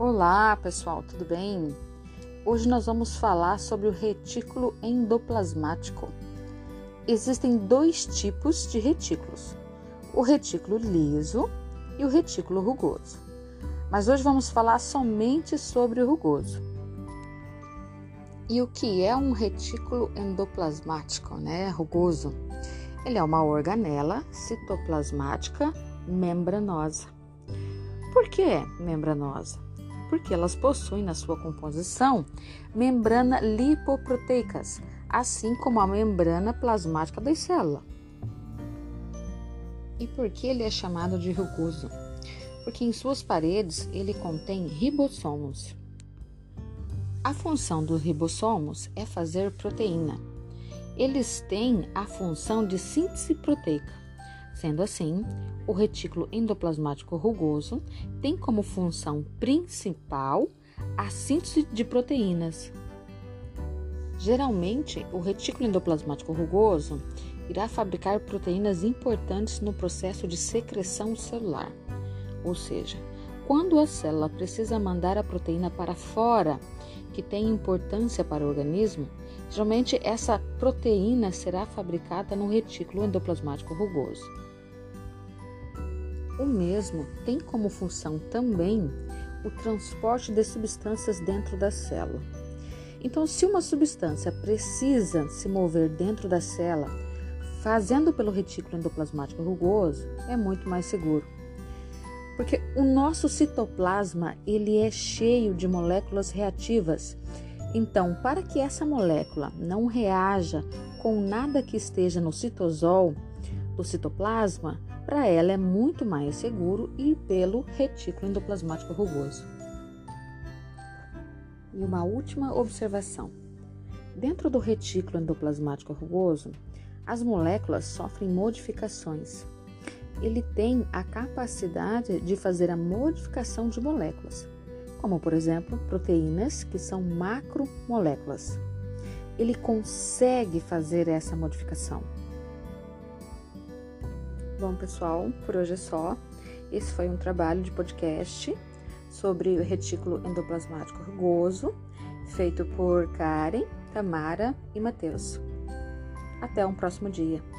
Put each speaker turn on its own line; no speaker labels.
Olá, pessoal, tudo bem? Hoje nós vamos falar sobre o retículo endoplasmático. Existem dois tipos de retículos, o retículo liso e o retículo rugoso. Mas hoje vamos falar somente sobre o rugoso. E o que é um retículo endoplasmático, rugoso? Ele é uma organela citoplasmática membranosa. Por que membranosa? Porque elas possuem na sua composição membrana lipoproteicas, assim como a membrana plasmática das células. E por que ele é chamado de rugoso? Porque em suas paredes ele contém ribossomos. A função dos ribossomos é fazer proteína. Eles têm a função de síntese proteica. Sendo assim, o retículo endoplasmático rugoso tem como função principal a síntese de proteínas. Geralmente, o retículo endoplasmático rugoso irá fabricar proteínas importantes no processo de secreção celular. Ou seja, quando a célula precisa mandar a proteína para fora, que tem importância para o organismo, geralmente essa proteína será fabricada no retículo endoplasmático rugoso. O mesmo tem como função também o transporte de substâncias dentro da célula. Então, se uma substância precisa se mover dentro da célula, fazendo pelo retículo endoplasmático rugoso, é muito mais seguro. Porque o nosso citoplasma, ele é cheio de moléculas reativas. Então, para que essa molécula não reaja com nada que esteja no citosol do citoplasma, para ela é muito mais seguro ir pelo retículo endoplasmático rugoso. E uma última observação. Dentro do retículo endoplasmático rugoso, as moléculas sofrem modificações. Ele tem a capacidade de fazer a modificação de moléculas, como por exemplo, proteínas que são macromoléculas. Ele consegue fazer essa modificação. Bom, pessoal, por hoje é só. Esse foi um trabalho de podcast sobre o retículo endoplasmático rugoso, feito por Karen, Tamara e Matheus. Até um próximo dia.